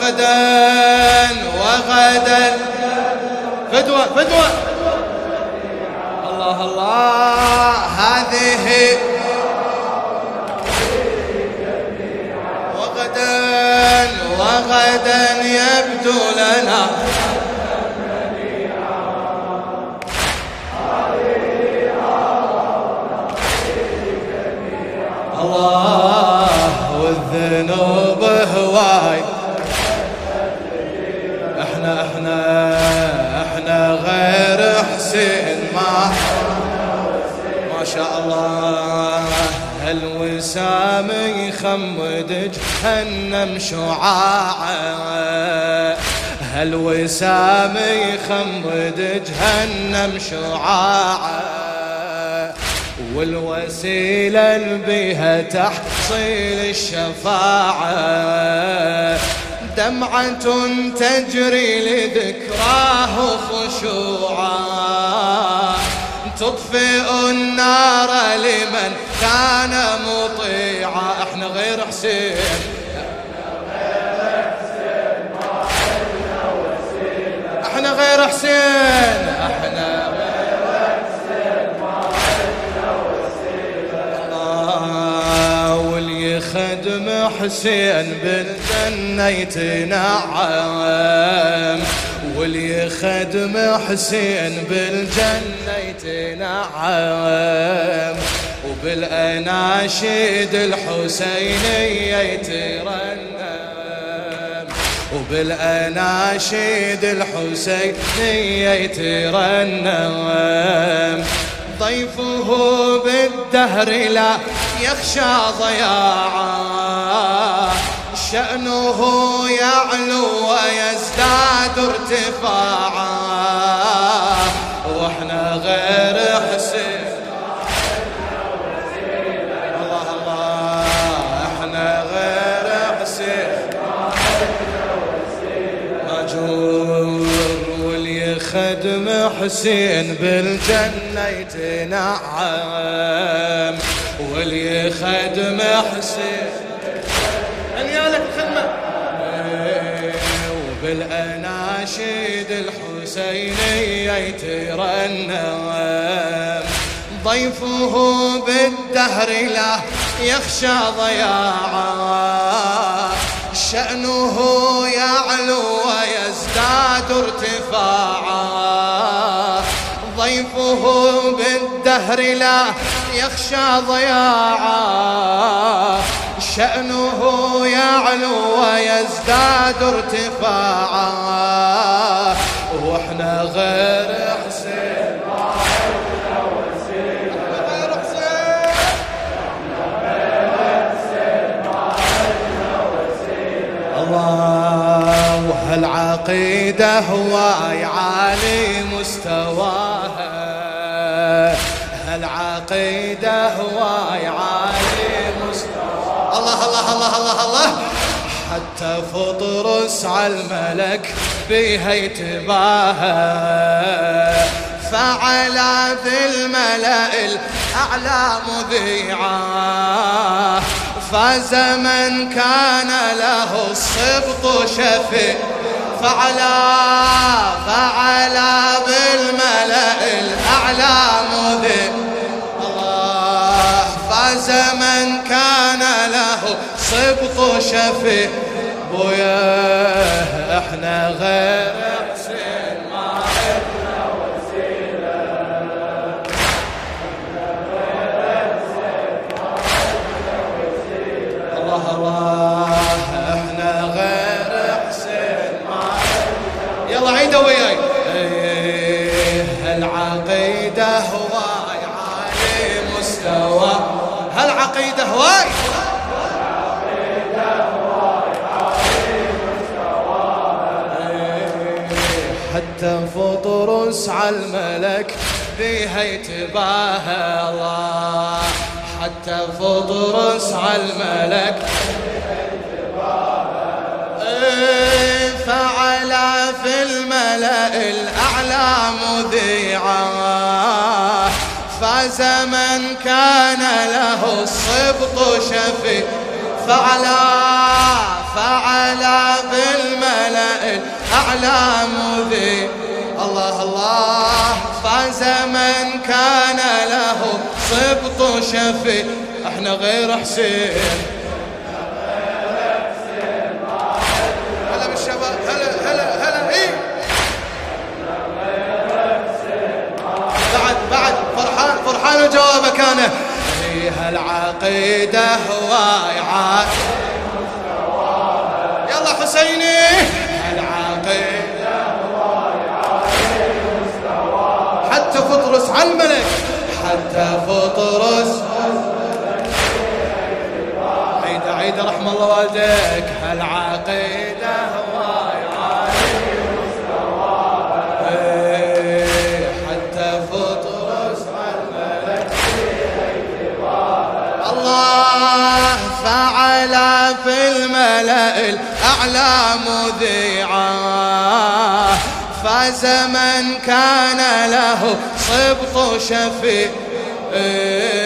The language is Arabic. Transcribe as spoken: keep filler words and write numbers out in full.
وغدا وغدا فدوة فدوة الله الله هذه وغدا وغدا يبدو لنا الله والذنوب هواي احنا احنا احنا غير حسين ما ما شاء الله الوسام يخمد جهنم شعاعه هالوسام يخمد جهنم شعاعه والوسيلة بها تحصيل الشفاعة دمعة تجري لذكراه خشوعا تطفئ النار لمن كان مطيعا احنا غير حسين احنا غير حسين احنا خدم حسين بالجنة يتنعم واللي خدم حسين بالجنة يتنعم وبالأناشيد الحسينية يترنم وبالأناشيد الحسينية يترنم ضيفه بالدهر لا يخشى ضياعا شأنه يعلو ويزداد ارتفاعا واحنا غير حسين الله الله احنا غير حسين ماجور واللي خدم حسين بالجنة يتنعم واللي خدم حسين انيالك خدمة وبالأناشيد الحسينية يترنم ضيفه بالدهر لا يخشى ضياعا شأنه يعلو ويزداد ارتفاعا ضيفه بالدهر لا يخشى ضياعا شأنه يعلو ويزداد ارتفاعا واحنا غير حسين الله وهالعقيدة هواي عالي مستواها هالعقيدة هواي عالي مستواها الله الله الله الله الله حتى فطرس على الملك بيها يتباهى فعلى ذي الملأ الأعلى مذيعا فزمن كان له السبط شفيع فعلى فعلى بالملأ الأعلى مذيع الله فزمن كان له سبط شفيع بويا احنا غير حسين ما عندنا وسيلة احنا غير حسين ما عندنا وسيلة الله الله احنا غير حسين ما عندنا يلا عيدوا وياي هالعقيدة هواي عالي مستوى هالعقيدة هواي حتى فطرس على الملك بيها يتباهى الله حتى فطرس على الملك فعلى في الملأ الأعلى مذيعا فزمن كان له السبط شفيع فعلا فعلا بالملأ الأعلى مذيع. الله الله فاز من كان له صبط شفيع. احنا غير حسين. هلا بالشباب هلا هلا هلا ايه بعد بعد فرحان فرحان وجوابك انا فيها العقيدة وايعات. يلا حسيني العقيدة وايعات حتى فطرس على الملك حتى فطرس. عيد عيد رحم الله والديك. العقيدة وايعات حتى فطرس على الملك. الله فعل في الملأ الأعلى مذيعا فاز من كان له صبط شفيع.